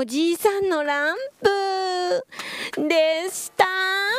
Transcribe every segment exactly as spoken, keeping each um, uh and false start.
じいさんのランプでした。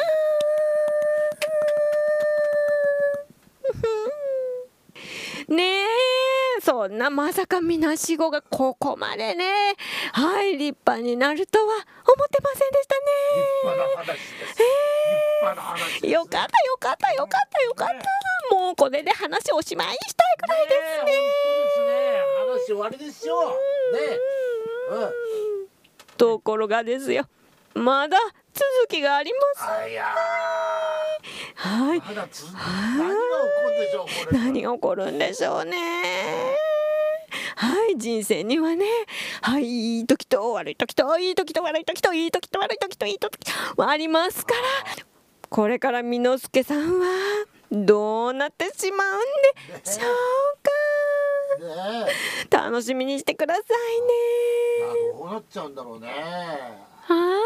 ねえ、そんなまさかみなしごがここまでね、はい立派になるとは思ってませんでしたね。 立派な話です。立派な話ですね。 よかったよかったよかったよかった、ね、もうこれで話おしまいにしたいくらいですね。 ね、本当ですね。話終わりですよ。ね、うん。 ところがですよ、まだ続きがあります。 あいやはい。 まだつ何が起こるんでしょうこれ。 何が起こるんでしょうね。はい、人生にはね、はい、いい時と悪い時と、いい時と悪い時と、いい時と悪い時と、いい時とありますから、これからみのすけさんはどうなってしまうんでしょうか。 ねえ、 楽しみにしてくださいね。 どうなっちゃうんだろうね。 はい。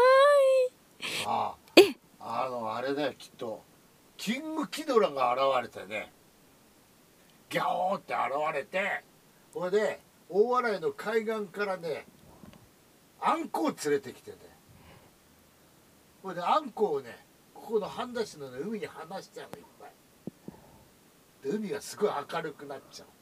あえ、 あのあれだよ、きっとキングキドラが現れてね、ギャオーって現れて、これで大洗の海岸からねあんこを連れてきてね、これであんこをねここの半田市の、ね、海に放しちゃうのいっぱいで、海がすごい明るくなっちゃう。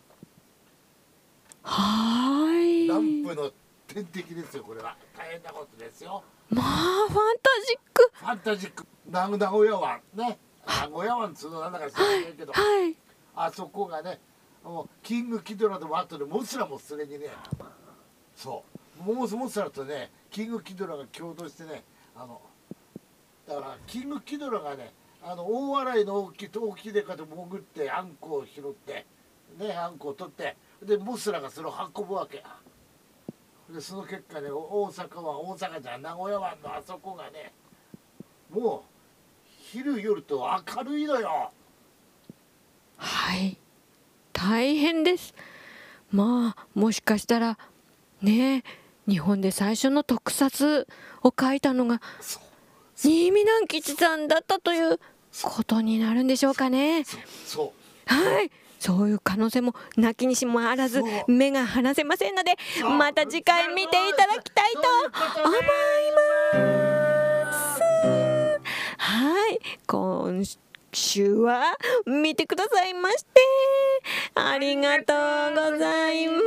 はい。 ランプの天敵ですよ、これは大変なことですよ。 まあファンタジック。 ファンタジック名名古屋湾ね、名古屋湾っつうのなんだか知らないけど、 はい。 あそこがねもうキングキドラの後でモスラもそれにね、そうモスモスラとねキングキドラが共同してね、あのだからキングキドラがねあの大洗の沖と沖でかで潜ってあんこを拾ってね、あんこを取ってでモスラがそれを運ぶわけや。でその結果ね大阪湾大阪じゃ名古屋湾のあそこがねもう昼夜と明るいのよ。 はい。大変です。まあもしかしたらね、日本で最初の特撮を書いたのが新見南吉さんだったということになるんでしょうかね。 そうそうはい、そういう可能性もなきにしもあらず目が離せませんので、また次回見ていただきたいと思います。はい、今週は見てくださいましてありがとうございます。